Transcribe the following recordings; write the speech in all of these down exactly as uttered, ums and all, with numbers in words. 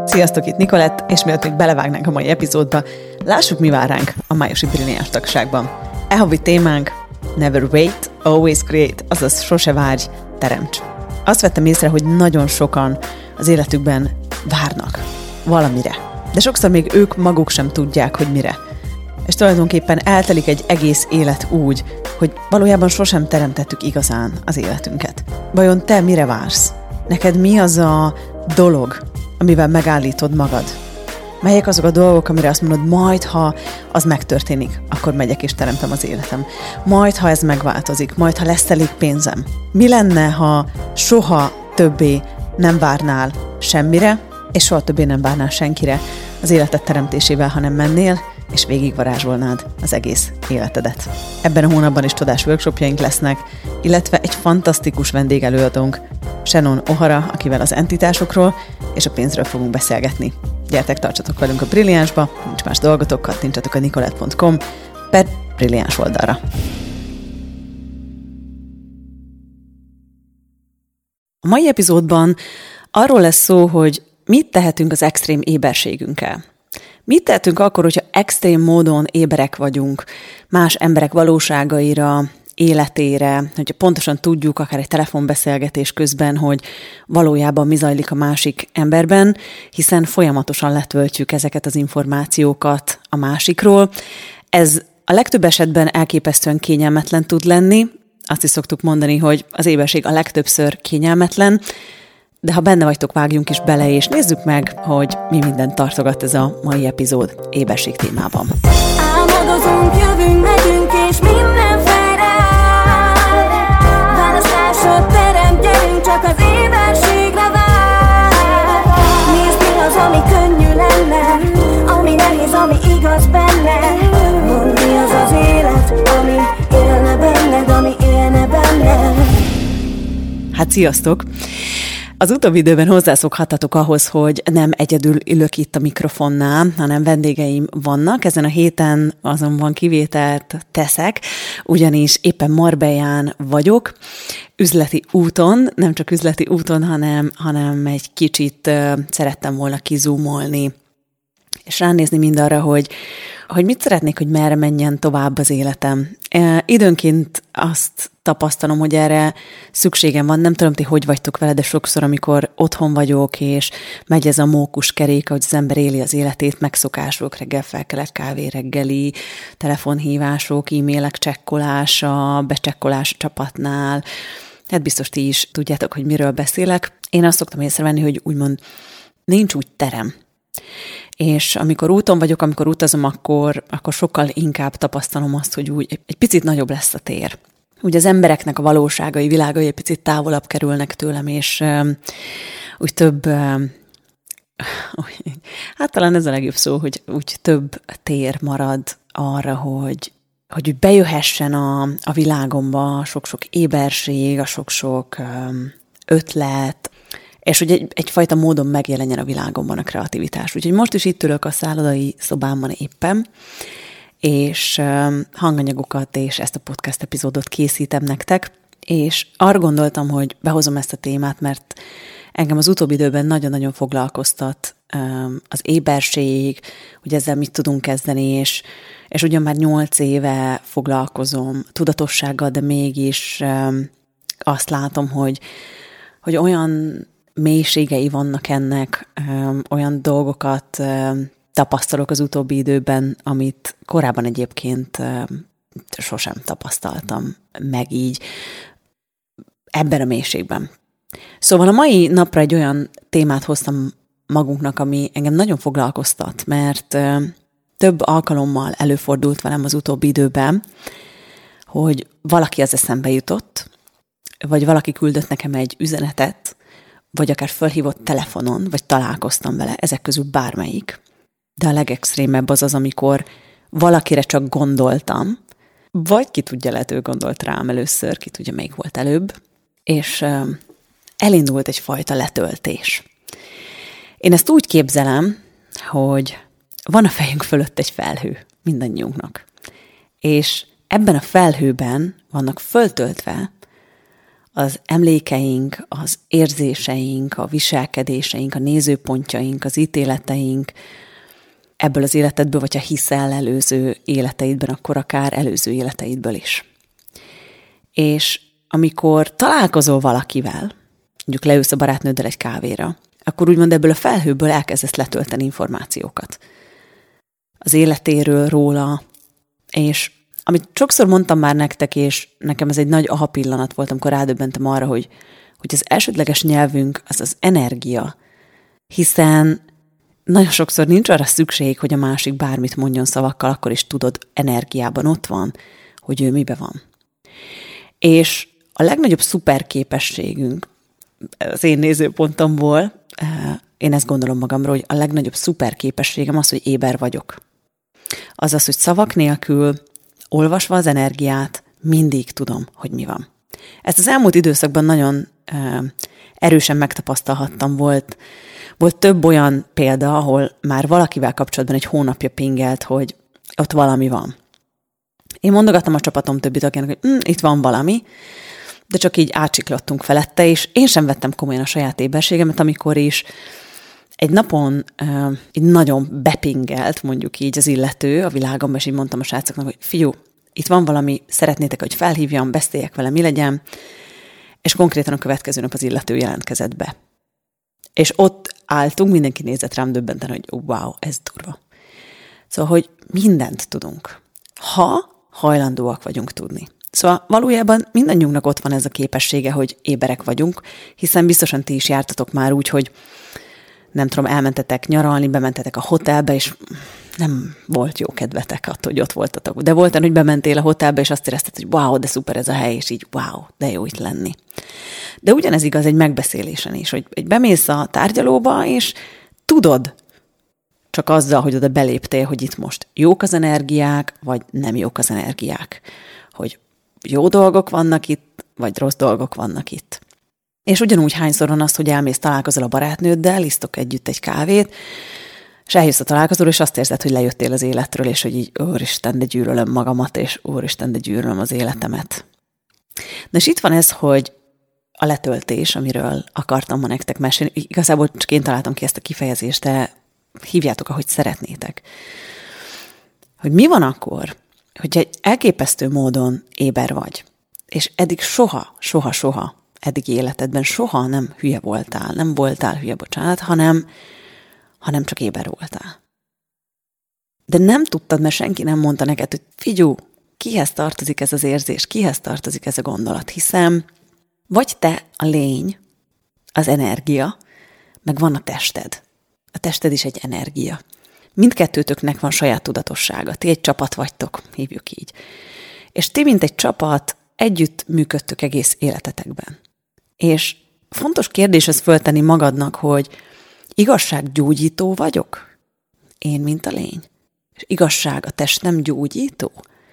Sziasztok, itt Nikolett, és mielőtt még belevágnánk a mai epizódba, lássuk, mi vár ránk a májusi Brilliáns tagságban. E havi témánk Never wait, always create, azaz sose várj, teremts. Azt vettem észre, hogy nagyon sokan az életükben várnak valamire, de sokszor még ők maguk sem tudják, hogy mire. És tulajdonképpen eltelik egy egész élet úgy, hogy valójában sosem teremtettük igazán az életünket. Vajon te mire vársz? Neked mi az a dolog, amivel megállítod magad? Melyek azok a dolgok, amire azt mondod, majd ha az megtörténik, akkor megyek és teremtem az életem. Majd ha ez megváltozik, majd ha lesz elég pénzem. Mi lenne, ha soha többé nem várnál semmire, és soha többé nem várnál senkire az életed teremtésével, hanem mennél, és végigvarázsolnád az egész életedet. Ebben a hónapban is csodás workshopjaink lesznek, illetve egy fantasztikus vendégelőadónk, Shannon O'Hara, akivel az entitásokról és a pénzről fogunk beszélgetni. Gyertek, tartsatok velünk a Brilliánsba, nincs más dolgotok, kattintsatok a nikolett pont com per Brilliáns oldalra. A mai epizódban arról lesz szó, hogy mit tehetünk az extrém éberségünkkel. Mit tehetünk akkor, hogyha extrém módon éberek vagyunk más emberek valóságaira, életére, hogyha pontosan tudjuk, akár egy telefonbeszélgetés közben, hogy valójában mi zajlik a másik emberben, hiszen folyamatosan letöltjük ezeket az információkat a másikról. Ez a legtöbb esetben elképesztően kényelmetlen tud lenni. Azt is szoktuk mondani, hogy az éberség a legtöbbször kényelmetlen, de ha benne vagytok, vágjunk is bele, és nézzük meg, hogy mi mindent tartogat ez a mai epizód éberség témában. Álmodozunk, jövünk, megyünk, és minden felráll. Választásod terem, gyerünk, csak az éberségre vár. Nézd, mi az, ami könnyű lenne, ami nehéz, ami igaz benne. Mondd, mi az az élet, ami élne benned, ami élne benned. Hát sziasztok! Az utóbbi időben hozzászokhattatok ahhoz, hogy nem egyedül ülök itt a mikrofonnál, hanem vendégeim vannak. Ezen a héten azonban kivételt teszek, ugyanis éppen Marbellán vagyok, üzleti úton, nem csak üzleti úton, hanem, hanem egy kicsit uh, szerettem volna kizúmolni, és ránézni mindarra, hogy hogy mit szeretnék, hogy merre menjen tovább az életem. E, időnként azt tapasztalom, hogy erre szükségem van. Nem tudom, ti hogy vagytok vele, de sokszor, amikor otthon vagyok, és megy ez a mókuskerék, ahogy az ember éli az életét, megszokások, reggel felkelek, kávé reggeli, telefonhívások, e-mailek csekkolása, becsekkolás a csapatnál. Hát biztos ti is tudjátok, hogy miről beszélek. Én azt szoktam észrevenni, hogy úgymond nincs úgy terem. És amikor úton vagyok, amikor utazom, akkor, akkor sokkal inkább tapasztalom azt, hogy úgy egy picit nagyobb lesz a tér. Úgy az embereknek a valóságai, világai egy picit távolabb kerülnek tőlem, és um, úgy több, um, hát talán ez a legjobb szó, hogy úgy több tér marad arra, hogy, hogy úgy bejöhessen a, a világomba a sok-sok éberség, a sok-sok um, ötlet, és hogy egy, egyfajta módon megjelenjen a világomban a kreativitás. Úgyhogy most is itt ülök a szállodai szobámban éppen, és hanganyagokat és ezt a podcast epizódot készítem nektek, és arra gondoltam, hogy behozom ezt a témát, mert engem az utóbbi időben nagyon-nagyon foglalkoztat az éberség, hogy ezzel mit tudunk kezdeni, és, és ugyan már nyolc éve foglalkozom tudatossággal, de mégis azt látom, hogy, hogy olyan mélységei vannak ennek, ö, olyan dolgokat ö, tapasztalok az utóbbi időben, amit korábban egyébként ö, sosem tapasztaltam meg így ebben a mélységben. Szóval a mai napra egy olyan témát hoztam magunknak, ami engem nagyon foglalkoztat, mert ö, több alkalommal előfordult velem az utóbbi időben, hogy valaki az eszembe jutott, vagy valaki küldött nekem egy üzenetet, vagy akár fölhívott telefonon, vagy találkoztam vele, ezek közül bármelyik. De a legextrémebb az az, amikor valakire csak gondoltam, vagy ki tudja, lehet ő gondolt rám először, ki tudja, melyik volt előbb, és uh, elindult egyfajta letöltés. Én ezt úgy képzelem, hogy van a fejünk fölött egy felhő, mindannyiunknak. És ebben a felhőben vannak föltöltve az emlékeink, az érzéseink, a viselkedéseink, a nézőpontjaink, az ítéleteink ebből az életedből, vagy ha hiszel előző életeidben, akkor akár előző életeidből is. És amikor találkozol valakivel, mondjuk leülsz a barátnőddel egy kávéra, akkor úgymond ebből a felhőből elkezdesz letölteni információkat. Az életéről, róla, és amit sokszor mondtam már nektek, és nekem ez egy nagy aha pillanat volt, amikor rádöbbentem arra, hogy, hogy az elsődleges nyelvünk az az energia, hiszen nagyon sokszor nincs arra szükség, hogy a másik bármit mondjon szavakkal, akkor is tudod, energiában ott van, hogy ő mibe van. És a legnagyobb szuperképességünk, az én nézőpontomból, én ezt gondolom magamról, hogy a legnagyobb szuperképességem az, hogy éber vagyok. Azaz, hogy szavak nélkül, olvasva az energiát, mindig tudom, hogy mi van. Ezt az elmúlt időszakban nagyon erősen megtapasztalhattam. Volt, volt több olyan példa, ahol már valakivel kapcsolatban egy hónapja pingelt, hogy ott valami van. Én mondogattam a csapatom többi tagjának, hogy hm, itt van valami, de csak így átsiklottunk felette, és én sem vettem komolyan a saját éberségemet, amikor is egy napon uh, így nagyon bepingelt, mondjuk így az illető a világomba, és így mondtam a srácoknak, hogy fiú, itt van valami, szeretnétek, hogy felhívjam, beszéljek vele, mi legyen, és konkrétan a következő nap az illető jelentkezett be. És ott álltunk, mindenki nézett rám döbbenten, hogy wow, ez durva. Szóval, hogy mindent tudunk, ha hajlandóak vagyunk tudni. Szóval valójában mindannyiunknak ott van ez a képessége, hogy éberek vagyunk, hiszen biztosan ti is jártatok már úgy, hogy nem tudom, elmentetek nyaralni, bementetek a hotelbe, és nem volt jó kedvetek attól, hogy ott voltatok. De volt, hogy bementél a hotelbe, és azt érezted, hogy wow, de szuper ez a hely, és így wow, de jó itt lenni. De ugyanez igaz egy megbeszélésen is, hogy egy bemész a tárgyalóba, és tudod, csak azzal, hogy oda beléptél, hogy itt most jók az energiák, vagy nem jók az energiák. Hogy jó dolgok vannak itt, vagy rossz dolgok vannak itt. És ugyanúgy hányszor van az, hogy elmész, találkozol a barátnőddel, isztok együtt egy kávét, és eljössz a találkozóra, és azt érzed, hogy lejöttél az életről, és hogy így, úristen, de gyűlölöm magamat, és úristen, de gyűlölöm az életemet. Na és itt van ez, hogy a letöltés, amiről akartam ma nektek mesélni, igazából csak én találtam ki ezt a kifejezést, de hívjátok, ahogy szeretnétek. Hogy mi van akkor, hogy egy elképesztő módon éber vagy, és eddig soha, soha, soha, eddig életedben soha nem hülye voltál, nem voltál hülye, bocsánat, hanem, hanem csak éber voltál. De nem tudtad, mert senki nem mondta neked, hogy figyú, kihez tartozik ez az érzés, kihez tartozik ez a gondolat, hiszen vagy te a lény, az energia, meg van a tested. A tested is egy energia. Mindkettőtöknek van saját tudatossága. Ti egy csapat vagytok, hívjuk így. És ti, mint egy csapat, együtt működtök egész életetekben. És fontos kérdés ez föltenni magadnak, hogy igazsággyógyító vagyok? Én, mint a lény. És igazság, a test nem gyógyító?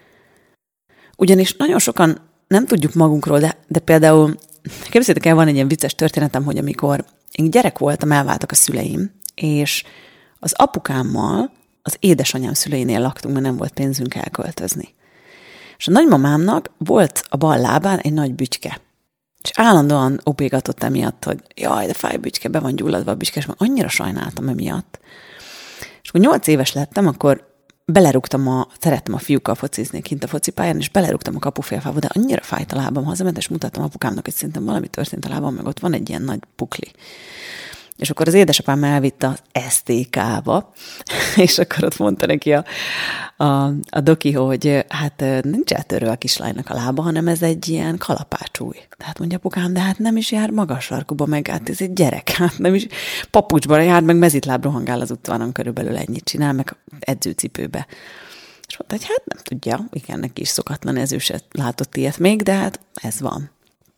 Ugyanis nagyon sokan nem tudjuk magunkról, de, de például, képzeljétek el, van egy ilyen vicces történetem, hogy amikor én gyerek voltam, elváltak a szüleim, és az apukámmal az édesanyám szüleinél laktunk, mert nem volt pénzünk elköltözni. És a nagymamámnak volt a bal lábán egy nagy bütyke. És állandóan opégatott emiatt, hogy jaj, de fáj bütyke, be van gyulladva a bütyke, és már annyira sajnáltam emiatt. És akkor nyolc éves lettem, akkor belerúgtam a, szerettem a fiúkkal focizni kint a focipályán, és belerúgtam a kapufélfába, de annyira fájt a lábam, hazament, és mutattam apukámnak, hogy szerintem valami történt a lábam, meg ott van egy ilyen nagy pukli. És akkor az édesapám elvitte az es té ká-ba, és akkor ott mondta neki a, a, a doki, hogy hát nincs eltörő a kislánynak a lába, hanem ez egy ilyen kalapácsúj. Tehát mondja apukám, de hát nem is jár magas sarkuba, meg hát ez egy gyerek, hát nem is papucsban jár, meg mezitláb rohangál az utcánon, körülbelül ennyit csinál, meg edzőcipőbe. És mondta, hogy hát nem tudja, igen, neki is szokatlan, ez ő se látott ilyet még, de hát ez van.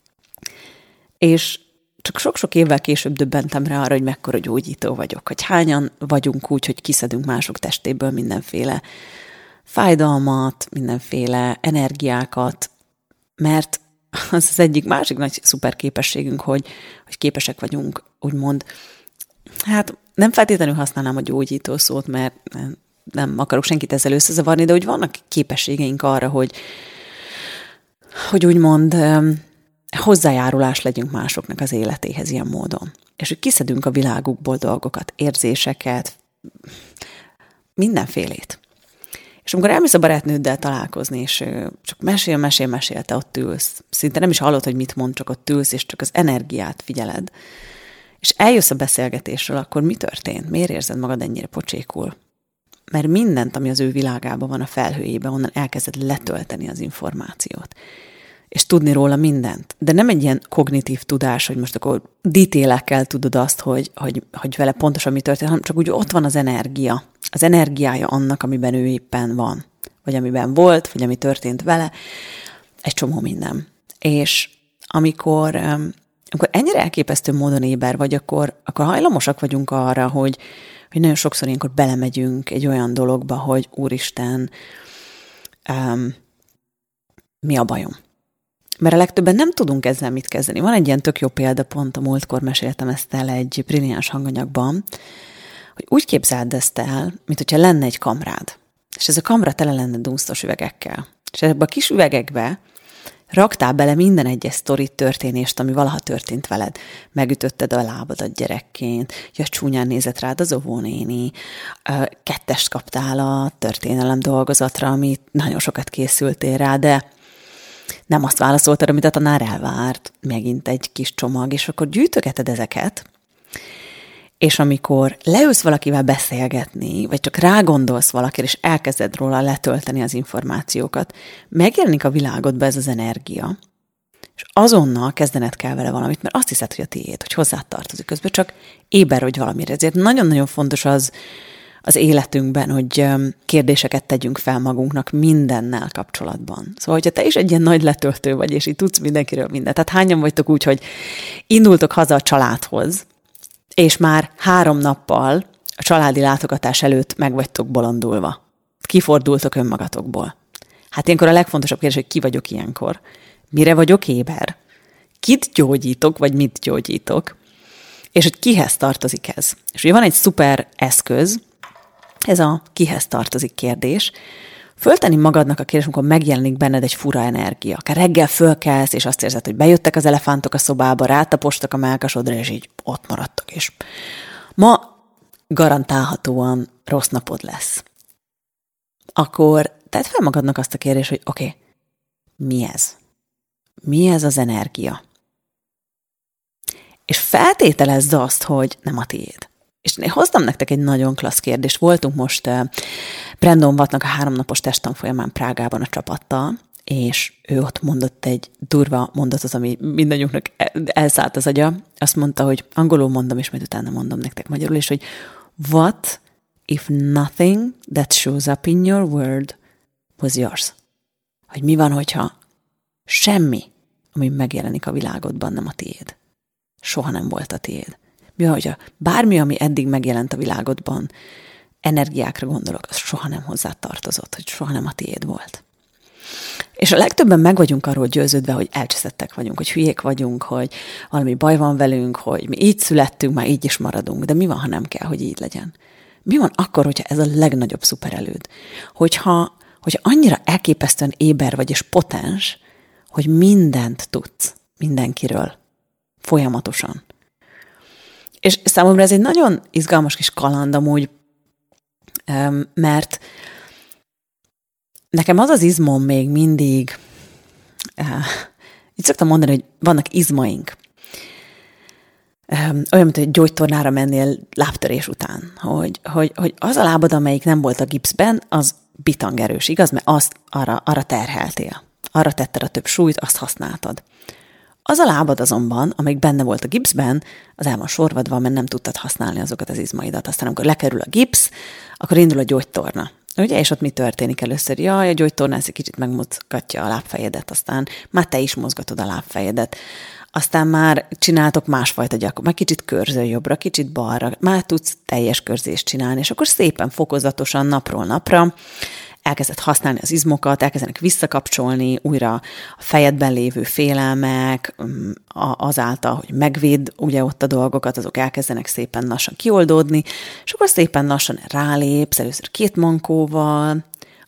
És csak sok-sok évvel később döbbentem rá arra, hogy mekkora gyógyító vagyok, hogy hányan vagyunk úgy, hogy kiszedünk mások testéből mindenféle fájdalmat, mindenféle energiákat, mert az az egyik másik nagy szuper képességünk, hogy, hogy képesek vagyunk, úgymond, hát nem feltétlenül használnám a gyógyító szót, mert nem akarok senkit ezzel összezavarni, de hogy vannak képességeink arra, hogy, hogy úgymond hozzájárulás legyünk másoknak az életéhez ilyen módon. És hogy kiszedünk a világukból dolgokat, érzéseket, mindenfélét. És amikor elmész a barátnőddel találkozni, és csak mesél, mesél, mesél, te ott ülsz, szinte nem is hallod, hogy mit mond, csak ott ülsz, és csak az energiát figyeled, és eljössz a beszélgetésről, akkor mi történt? Miért érzed magad ennyire pocsékul? Mert mindent, ami az ő világában van, a felhőjében, onnan elkezded letölteni az információt. És tudni róla mindent. De nem egy ilyen kognitív tudás, hogy most akkor detélekkel tudod azt, hogy, hogy, hogy vele pontosan mi történt, hanem csak úgy ott van az energia. Az energiája annak, amiben ő éppen van. Vagy amiben volt, vagy ami történt vele. Egy csomó minden. És amikor, amikor ennyire elképesztő módon éber vagy, akkor, akkor hajlamosak vagyunk arra, hogy, hogy nagyon sokszor ilyenkor belemegyünk egy olyan dologba, hogy úristen, um, mi a bajom? Mert a legtöbben nem tudunk ezzel mit kezdeni. Van egy ilyen tök jó példa, pont a múltkor meséltem ezt el egy brilliáns hanganyagban, hogy úgy képzeld ezt el, mint hogyha lenne egy kamrád. És ez a kamra tele lenne dunsztos üvegekkel. És ebbe a kis üvegekbe raktál bele minden egyes sztorit, történést, ami valaha történt veled. Megütötted a lábadat gyerekként, ja, csúnyán nézett rád az óvónéni, kettest kaptál a történelem dolgozatra, amit nagyon sokat készültél rá, de nem azt válaszoltad, amit a tanár elvárt, megint egy kis csomag, és akkor gyűjtögeted ezeket, és amikor leülsz valakivel beszélgetni, vagy csak rágondolsz valakire, és elkezded róla letölteni az információkat, megjelenik a világodba ez az energia, és azonnal kezdened kell vele valamit, mert azt hiszed, hogy a tiéd, hogy hozzád tartozik, közben csak éber vagy valamire. Ezért nagyon-nagyon fontos az, az életünkben, hogy kérdéseket tegyünk fel magunknak mindennel kapcsolatban. Szóval, hogyha te is egy ilyen nagy letöltő vagy, és így tudsz mindenkiről mindent. Tehát hányan vagytok úgy, hogy indultok haza a családhoz, és már három nappal a családi látogatás előtt meg vagytok bolondulva. Kifordultok önmagatokból. Hát ilyenkor a legfontosabb kérdés, hogy ki vagyok ilyenkor. Mire vagyok éber? Kit gyógyítok, vagy mit gyógyítok? És hogy kihez tartozik ez? És ugye van egy szuper eszköz, ez a kihez tartozik kérdés. Föltenni magadnak a kérdés, amikor megjelenik benned egy fura energia. Akár reggel fölkelsz, és azt érzed, hogy bejöttek az elefántok a szobába, rátapostak a mellkasodra, és így ott maradtak. És ma garantálhatóan rossz napod lesz. Akkor tedd fel magadnak azt a kérdést, hogy oké, okay, mi ez? Mi ez az energia? És feltételezd azt, hogy nem a tiéd. És én hoztam nektek egy nagyon klassz kérdést. Voltunk most uh, Brandon Wattnak a háromnapos testtanfolyamán Prágában a csapattal, és ő ott mondott egy durva mondatot, ami mindannyiunknak elszállt az agya. Azt mondta, hogy angolul mondom, és majd utána mondom nektek magyarul, és hogy what if nothing that shows up in your world was yours? Hogy mi van, hogyha semmi, ami megjelenik a világodban, nem a tiéd. Soha nem volt a tiéd. Mi van, hogyha bármi, ami eddig megjelent a világodban, energiákra gondolok, az soha nem hozzá tartozott, hogy soha nem a tiéd volt. És a legtöbben meg vagyunk arról győződve, hogy elcseszettek vagyunk, hogy hülyék vagyunk, hogy valami baj van velünk, hogy mi így születtünk, már így is maradunk. De mi van, ha nem kell, hogy így legyen? Mi van akkor, hogyha ez a legnagyobb szuperelőd? Hogyha, hogyha annyira elképesztően éber vagy és potens, hogy mindent tudsz mindenkiről folyamatosan. És számomra ez egy nagyon izgalmas kis kaland amúgy, mert nekem az az izmom még mindig, így szoktam mondani, hogy vannak izmaink. Olyan, mint egy gyógytornára mennél lábtörés után, hogy, hogy, hogy az a lábad, amelyik nem volt a gipszben, az bitangerős, igaz? Mert azt arra, arra terheltél. Arra tetted a több súlyt, azt használtad. Az a lábad azonban, amelyik benne volt a gipszben, az el van sorvadva, mert nem tudtad használni azokat az izmaidat. Aztán amikor lekerül a gipsz, akkor indul a gyógytorna. Ugye? És ott mi történik először? Jaj, a gyógytornász egy kicsit megmozgatja a lábfejedet, aztán már te is mozgatod a lábfejedet. Aztán már csináltok másfajta gyakor, már kicsit körzöl jobbra, kicsit balra, már tudsz teljes körzést csinálni, és akkor szépen fokozatosan napról napra elkezded használni az izmokat, elkezdenek visszakapcsolni újra a fejedben lévő félelmek, azáltal, hogy megvéd ugye ott a dolgokat, azok elkezdenek szépen lassan kioldódni, és akkor szépen lassan rálépsz, először két mankóval,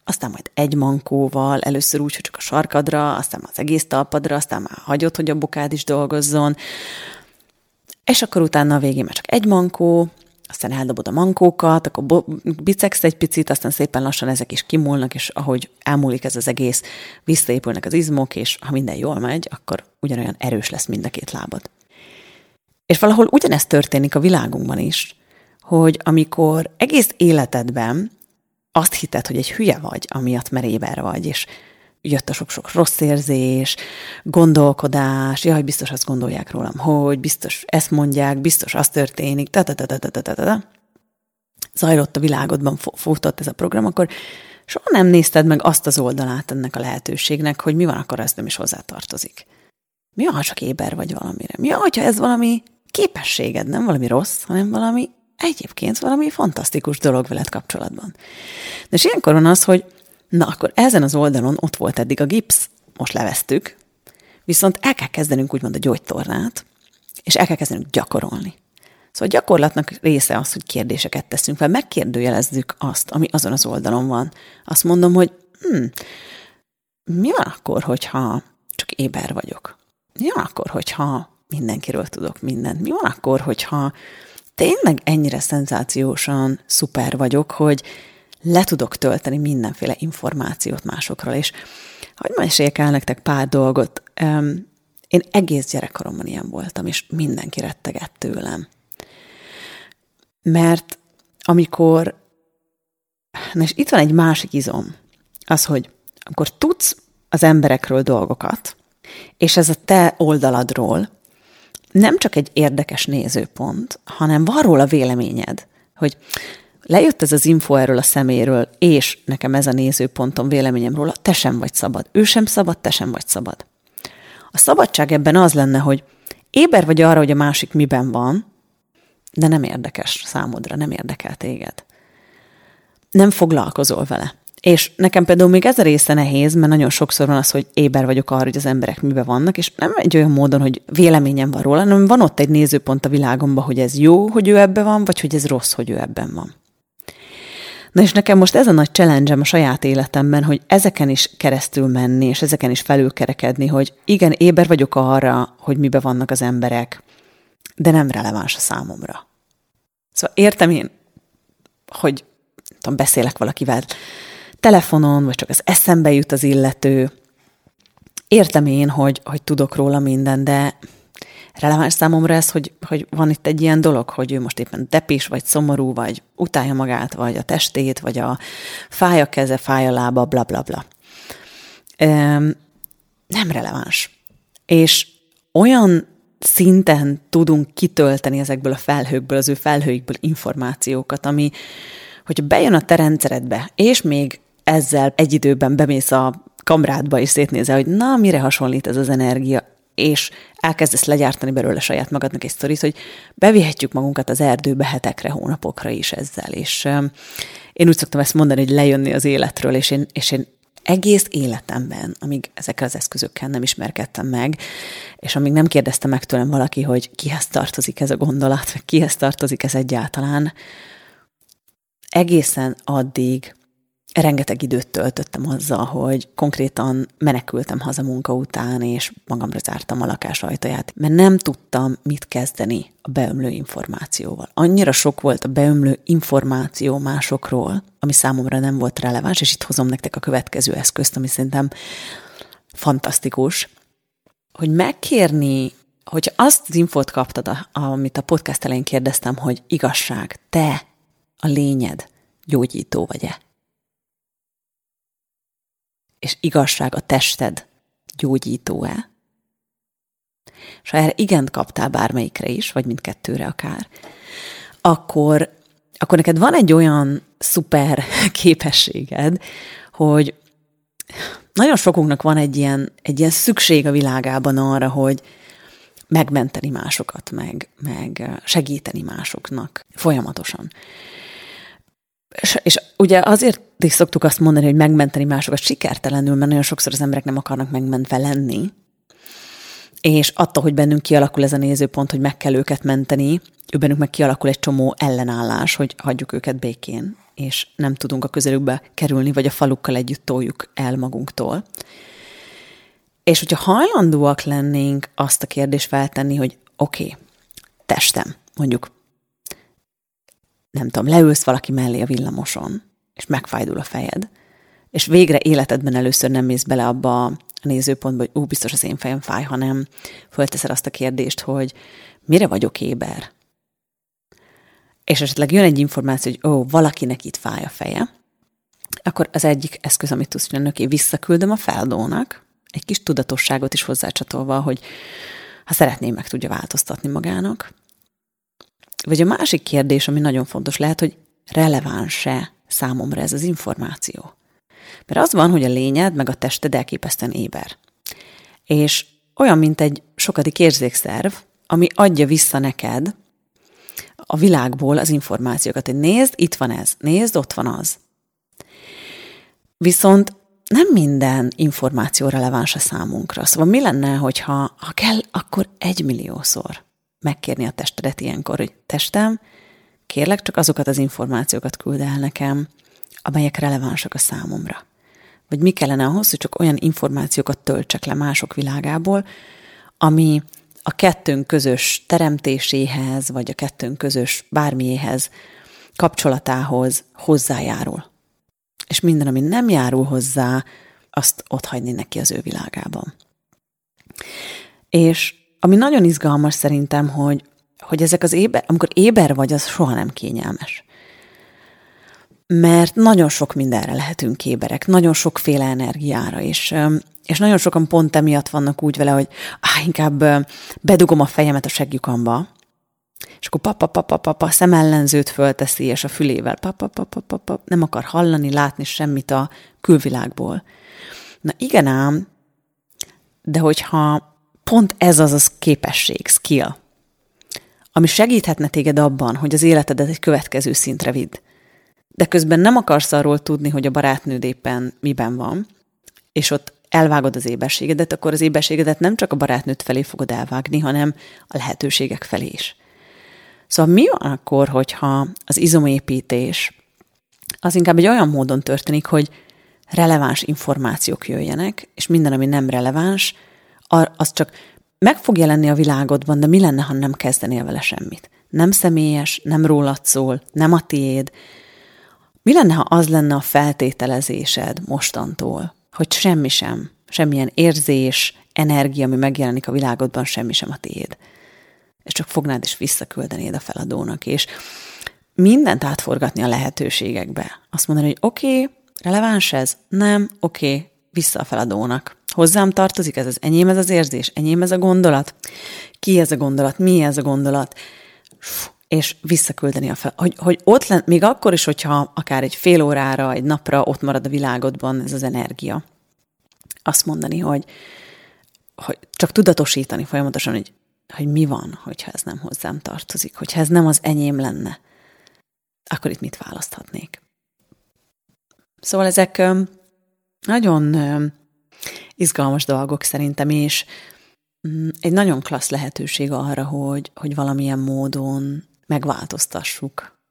aztán majd egy mankóval, először úgy, hogy csak a sarkadra, aztán az egész talpadra, aztán már hagyod, hogy a bokád is dolgozzon, és akkor utána a végén már csak egy mankó, aztán eldobod a mankókat, akkor bicegsz egy picit, aztán szépen lassan ezek is kimúlnak, és ahogy elmúlik ez az egész, visszaépülnek az izmok, és ha minden jól megy, akkor ugyanolyan erős lesz mind a két lábad. És valahol ugyanezt történik a világunkban is, hogy amikor egész életedben azt hitted, hogy egy hülye vagy, amiatt meréber vagy, és jött a sok-sok rossz érzés, gondolkodás, jaj, biztos azt gondolják rólam, hogy biztos ezt mondják, biztos az történik, ta-ta-ta-ta-ta-ta-ta. Zajlott a világodban, futott ez a program, akkor soha nem nézted meg azt az oldalát ennek a lehetőségnek, hogy mi van, akkor ez nem is hozzátartozik. Mi van, ha csak éber vagy valamire? Mi van, hogyha ez valami képességed, nem valami rossz, hanem valami egyébként valami fantasztikus dolog veled kapcsolatban. De és ilyenkor van az, hogy na, akkor ezen az oldalon ott volt eddig a gipsz, most leveztük, viszont el kell kezdenünk úgymond a gyógytornát, és el kell kezdenünk gyakorolni. Szóval a gyakorlatnak része az, hogy kérdéseket teszünk fel, megkérdőjelezzük azt, ami azon az oldalon van. Azt mondom, hogy hm, mi van akkor, hogyha csak éber vagyok? Mi van akkor, hogyha mindenkiről tudok mindent? Mi van akkor, hogyha tényleg ennyire szenzációsan szuper vagyok, hogy le tudok tölteni mindenféle információt másokról, és hogy meséljek el nektek pár dolgot. Én egész gyerekkoromban ilyen voltam, és mindenki rettegett tőlem. Mert amikor, na és itt van egy másik izom, az, hogy amikor tudsz az emberekről dolgokat, és ez a te oldaladról nem csak egy érdekes nézőpont, hanem van róla véleményed, hogy lejött ez az info erről a szeméről, és nekem ez a nézőpontom, véleményem róla, te sem vagy szabad. Ő sem szabad, te sem vagy szabad. A szabadság ebben az lenne, hogy éber vagy arra, hogy a másik miben van, de nem érdekes számodra, nem érdekel téged. Nem foglalkozol vele. És nekem például még ez a része nehéz, mert nagyon sokszor van az, hogy éber vagyok arra, hogy az emberek miben vannak, és nem egy olyan módon, hogy véleményem van róla, hanem van ott egy nézőpont a világomban, hogy ez jó, hogy ő ebben van, vagy hogy ez rossz, hogy ő ebben van. Na és nekem most ez a nagy challenge-em a saját életemben, hogy ezeken is keresztül menni, és ezeken is felülkerekedni, hogy igen, éber vagyok arra, hogy miben vannak az emberek, de nem releváns a számomra. Szóval értem én, hogy tudom, beszélek valakivel telefonon, vagy csak az eszembe jut az illető. Értem én, hogy, hogy tudok róla minden, de releváns számomra ez, hogy, hogy van itt egy ilyen dolog, hogy ő most éppen depés, vagy szomorú, vagy utálja magát, vagy a testét, vagy a fáj a keze, fáj a lába, bla, bla, bla. Üm, nem releváns. És olyan szinten tudunk kitölteni ezekből a felhőkből, az ő felhőikből információkat, ami, hogyha bejön a te rendszeredbe, és még ezzel egy időben bemész a kamrádba, és szétnézel, hogy na, mire hasonlít ez az energia, és elkezdesz legyártani belőle saját magadnak egy sztorit, hogy bevihetjük magunkat az erdőbe hetekre, hónapokra is ezzel. És um, én úgy szoktam ezt mondani, hogy lejönni az életről, és én, és én egész életemben, amíg ezekkel az eszközökkel nem ismerkedtem meg, és amíg nem kérdezte meg tőlem valaki, hogy kihez tartozik ez a gondolat, vagy kihez tartozik ez egyáltalán, egészen addig rengeteg időt töltöttem azzal, hogy konkrétan menekültem haza munka után, és magamra zártam a lakás ajtaját, mert nem tudtam mit kezdeni a beömlő információval. Annyira sok volt a beömlő információ másokról, ami számomra nem volt releváns, és itt hozom nektek a következő eszközt, ami szerintem fantasztikus, hogy megkérni, hogy azt az infót kaptad, amit a podcast elején kérdeztem, hogy igazság, te, a lényed, gyógyító vagy-e? És igazság, a tested gyógyító-e? És ha erre igent kaptál bármelyikre is, vagy mindkettőre akár, akkor, akkor neked van egy olyan szuper képességed, hogy nagyon sokunknak van egy ilyen, egy ilyen szükség a világában arra, hogy megmenteni másokat, meg, meg segíteni másoknak folyamatosan. És, és ugye azért is szoktuk azt mondani, hogy megmenteni másokat sikertelenül, mert nagyon sokszor az emberek nem akarnak megmentve lenni, és attól, hogy bennünk kialakul ez a nézőpont, hogy meg kell őket menteni, ő bennünk meg kialakul egy csomó ellenállás, hogy hagyjuk őket békén. és nem tudunk a közelükbe kerülni, vagy a falukkal együtt toljuk el magunktól. És hogyha hajlandóak lennénk azt a kérdést feltenni, hogy oké, okay, testem, mondjuk, nem tudom, leülsz valaki mellé a villamoson, és megfájdul a fejed, és végre életedben először nem mész bele abba a nézőpontba, hogy ú, biztos az én fejem fáj, hanem fölteszed azt a kérdést, hogy mire vagyok éber? És esetleg jön egy információ, hogy ó, valakinek itt fáj a feje, akkor az egyik eszköz, amit tudsz csinálni, oké, visszaküldöm a feladónak, egy kis tudatosságot is hozzácsatolva, hogy ha szeretné, meg tudja változtatni magának. Vagy a másik kérdés, ami nagyon fontos lehet, hogy releváns-e számomra ez az információ. Mert az van, hogy a lényed meg a tested elképesztően éber. És olyan, mint egy sokadik érzékszerv, ami adja vissza neked a világból az információkat, hogy nézd, itt van ez, nézd, ott van az. Viszont nem minden információ releváns a számunkra. Szóval mi lenne, hogyha ha kell, akkor egymilliószor megkérni a testedet ilyenkor, hogy testem, kérlek csak azokat az információkat küld el nekem, amelyek relevánsak a számomra. Vagy mi kellene ahhoz, hogy csak olyan információkat töltsek le mások világából, ami a kettőnk közös teremtéséhez, vagy a kettőnk közös bármiéhez, kapcsolatához hozzájárul. És minden, ami nem járul hozzá, azt otthagyni neki az ő világában. És ami nagyon izgalmas szerintem, hogy, hogy ezek az éber, amikor éber vagy, az soha nem kényelmes. Mert nagyon sok mindenre lehetünk éberek, nagyon sokféle energiára, és, és nagyon sokan pont emiatt vannak úgy vele, hogy áh, inkább bedugom a fejemet a seglyukamba, és akkor papa-papa-papa szemellenzőt fölteszi, és a fülével papa-papa-papa nem akar hallani, látni semmit a külvilágból. Na igen ám, de hogyha pont ez az az képesség, skill, ami segíthetne téged abban, hogy az életedet egy következő szintre vidd, de közben nem akarsz arról tudni, hogy a barátnőd éppen miben van, és ott elvágod az éberségedet, akkor az éberségedet nem csak a barátnőd felé fogod elvágni, hanem a lehetőségek felé is. Szóval mi van akkor, hogyha az izomépítés az inkább egy olyan módon történik, hogy releváns információk jöjjenek, és minden, ami nem releváns, az csak meg fog jelenni a világodban, de mi lenne, ha nem kezdenél vele semmit? Nem személyes, nem rólad szól, nem a tiéd. Mi lenne, ha az lenne a feltételezésed mostantól, hogy semmi sem, semmilyen érzés, energia, ami megjelenik a világodban, semmi sem a tiéd. És csak fognád és visszaküldenéd a feladónak, és mindent átforgatni a lehetőségekbe. Azt mondani, hogy oké, okay, releváns ez? Nem, oké, okay, vissza a feladónak. Hozzám tartozik ez az enyém, ez az érzés, enyém ez a gondolat. Ki ez a gondolat, mi ez a gondolat? És visszaküldeni a fel, hogy, hogy ott lenn, még akkor is, hogyha akár egy fél órára, egy napra ott marad a világodban ez az energia. Azt mondani, hogy, hogy csak tudatosítani folyamatosan, hogy, hogy mi van, hogyha ez nem hozzám tartozik, hogyha ez nem az enyém lenne, akkor itt mit választhatnék. Szóval ezek nagyon izgalmas dolgok szerintem, és egy nagyon klassz lehetőség arra, hogy, hogy valamilyen módon megváltoztassuk,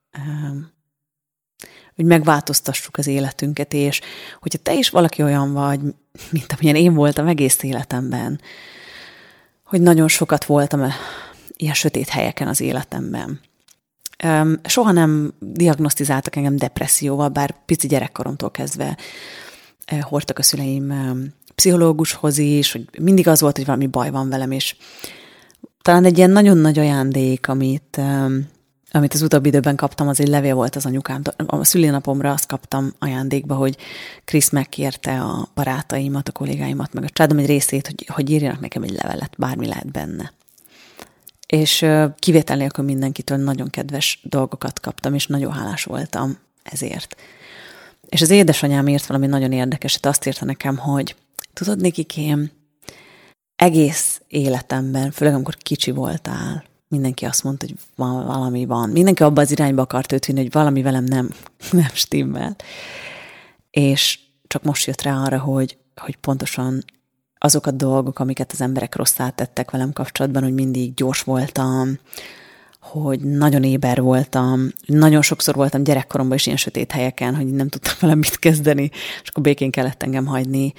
hogy megváltoztassuk az életünket, és hogyha te is valaki olyan vagy, mint amilyen én voltam egész életemben, hogy nagyon sokat voltam ilyen sötét helyeken az életemben. Soha nem diagnosztizáltak engem depresszióval, bár pici gyerekkoromtól kezdve hordtak a szüleim pszichológushoz is, hogy mindig az volt, hogy valami baj van velem, és talán egy ilyen nagyon nagy ajándék, amit, amit az utóbbi időben kaptam, az egy levél volt az anyukámtól. A szülinapomra azt kaptam ajándékba, hogy Krisz megkérte a barátaimat, a kollégáimat, meg a családom egy részét, hogy, hogy írjanak nekem egy levelet, bármi lehet benne. És kivétel nélkül mindenkitől nagyon kedves dolgokat kaptam, és nagyon hálás voltam ezért. És az édesanyám írt valami nagyon érdekeset, azt írta nekem, hogy tudod, Nikikém, egész életemben, főleg amikor kicsi voltál, mindenki azt mondta, hogy valami van. Mindenki abba az irányba akart őt vinni, hogy valami velem nem, nem stimmel. És csak most jött rá arra, hogy, hogy pontosan azok a dolgok, amiket az emberek rosszá tettek velem kapcsolatban, hogy mindig gyors voltam, hogy nagyon éber voltam, nagyon sokszor voltam gyerekkoromban is ilyen sötét helyeken, hogy nem tudtam vele mit kezdeni, és akkor békén kellett engem hagyni,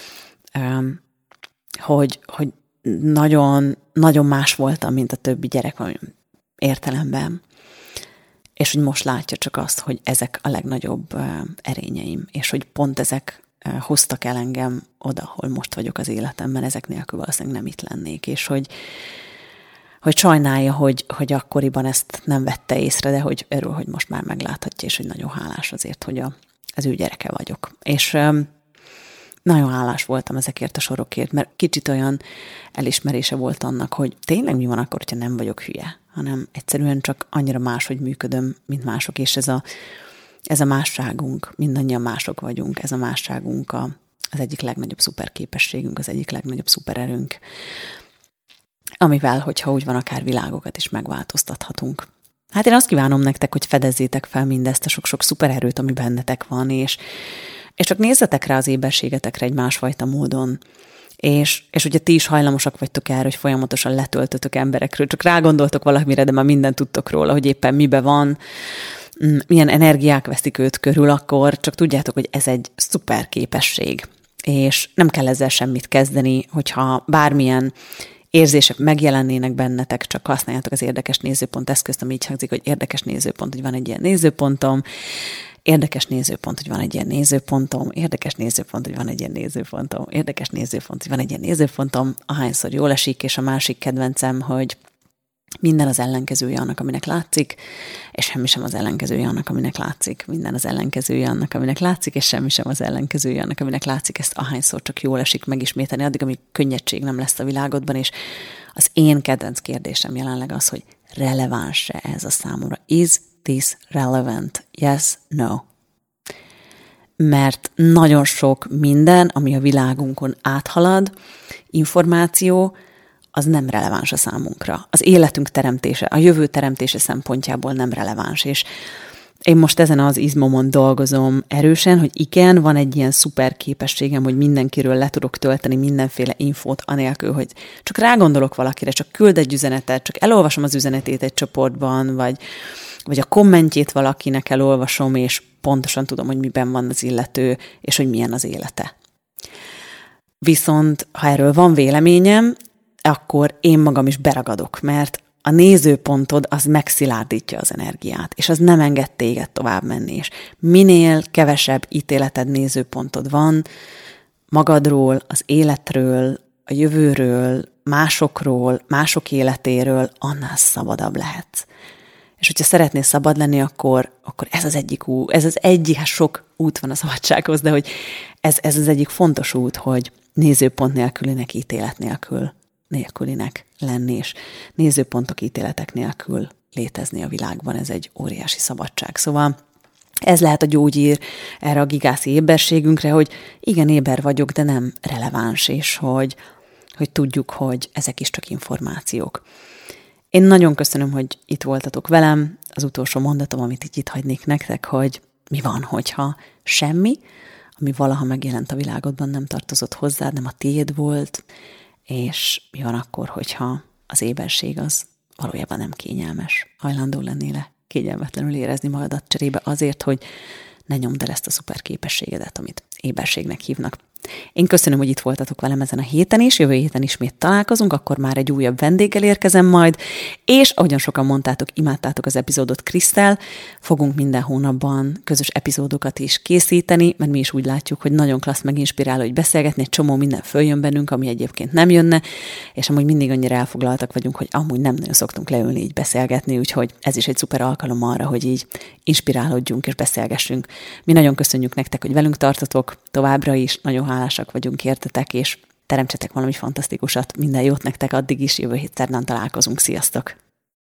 hogy, hogy nagyon, nagyon más voltam, mint a többi gyerek értelemben, és hogy most látja csak azt, hogy ezek a legnagyobb erényeim, és hogy pont ezek hoztak el engem oda, ahol most vagyok az életemben, ezek nélkül valószínűleg nem itt lennék, és hogy, hogy sajnálja, hogy, hogy akkoriban ezt nem vette észre, de hogy erről, hogy most már megláthatja, és hogy nagyon hálás azért, hogy a, az ő gyereke vagyok. És um, nagyon hálás voltam ezekért a sorokért, mert kicsit olyan elismerése volt annak, hogy tényleg mi van akkor, hogyha nem vagyok hülye, hanem egyszerűen csak annyira máshogy működöm, mint mások, és ez a, ez a másságunk, mindannyian mások vagyunk, ez a másságunk a, az egyik legnagyobb szuperképességünk, az egyik legnagyobb szupererőnk, amivel, hogyha úgy van, akár világokat is megváltoztathatunk. Hát én azt kívánom nektek, hogy fedezzétek fel mindezt a sok-sok szupererőt, ami bennetek van, és, és csak nézzetek rá az éberségetekre egy másfajta módon. És, és hogyha ti is hajlamosak vagytok erre, hogy folyamatosan letöltötök emberekről, csak rágondoltok valamire, de már mindent tudtok róla, hogy éppen mibe van, milyen energiák veszik őt körül, akkor csak tudjátok, hogy ez egy szuper képesség. És nem kell ezzel semmit kezdeni, hogyha bármilyen érzések megjelennének bennetek, csak használjátok az érdekes nézőpont eszközt, ami így hangzik, hogy érdekes nézőpont, hogy van egy ilyen nézőpontom, érdekes nézőpont, hogy van egy ilyen nézőpontom, érdekes nézőpont, hogy van egy ilyen nézőpontom, érdekes nézőpont, hogy van egy ilyen nézőpontom, ahányszor jól esik, és a másik kedvencem, hogy minden az ellenkezője annak, aminek látszik, és semmi sem az ellenkezője annak, aminek látszik. Minden az ellenkezője annak, aminek látszik, és semmi sem az ellenkezője annak, aminek látszik. Ezt ahányszor csak jól esik megismételni, addig, amíg könnyedség nem lesz a világodban, és az én kedvenc kérdésem jelenleg az, hogy releváns-e ez a számomra? Is this relevant? Yes, no. Mert nagyon sok minden, ami a világunkon áthalad, információ, az nem releváns a számunkra. Az életünk teremtése, a jövő teremtése szempontjából nem releváns, és én most ezen az izmomon dolgozom erősen, hogy igen, van egy ilyen szuper képességem, hogy mindenkiről le tudok tölteni mindenféle infót, anélkül, hogy csak rágondolok valakire, csak küld egy üzenetet, csak elolvasom az üzenetét egy csoportban, vagy, vagy a kommentjét valakinek elolvasom, és pontosan tudom, hogy miben van az illető, és hogy milyen az élete. Viszont, ha erről van véleményem, akkor én magam is beragadok, mert a nézőpontod az megszilárdítja az energiát, és az nem enged téged tovább menni. És minél kevesebb ítéleted, nézőpontod van magadról, az életről, a jövőről, másokról, mások életéről, annál szabadabb lehetsz. És hogyha szeretnél szabad lenni, akkor, akkor ez az egyik út, ez az egyik, hát sok út van a szabadsághoz, de hogy ez, ez az egyik fontos út, hogy nézőpont nélkülinek, ítélet nélkül nélkülinek lenni, és nézőpontok, ítéletek nélkül létezni a világban, ez egy óriási szabadság. Szóval ez lehet a gyógyír erre a gigászi éberségünkre, hogy igen, éber vagyok, de nem releváns, és hogy, hogy tudjuk, hogy ezek is csak információk. Én nagyon köszönöm, hogy itt voltatok velem. Az utolsó mondatom, amit így itt hagynék nektek, hogy mi van, hogyha semmi, ami valaha megjelent a világodban, nem tartozott hozzád, nem a tiéd volt, és mi van akkor, hogyha az éberség az valójában nem kényelmes, hajlandó lennél kényelmetlenül érezni magadat cserébe azért, hogy ne nyomd el ezt a szuper képességedet, amit éberségnek hívnak. Én köszönöm, hogy itt voltatok velem ezen a héten is, jövő héten ismét találkozunk, akkor már egy újabb vendéggel érkezem majd, és ahogyan sokan mondtátok, imádtátok az epizódot Krisztel, fogunk minden hónapban közös epizódokat is készíteni, mert mi is úgy látjuk, hogy nagyon klassz, meginspiráló, hogy beszélgetni, egy csomó minden följön bennünk, ami egyébként nem jönne, és amúgy mindig annyira elfoglaltak vagyunk, hogy amúgy nem nagyon szoktunk leülni így beszélgetni, úgyhogy ez is egy szuper alkalom arra, hogy így inspirálódjunk és beszélgessünk. Mi nagyon köszönjük nektek, hogy velünk tartotok, továbbra is nagyon hálásak vagyunk értetek, és teremtsetek valami fantasztikusat. Minden jót nektek addig is, jövő hét szerdán találkozunk. Sziasztok!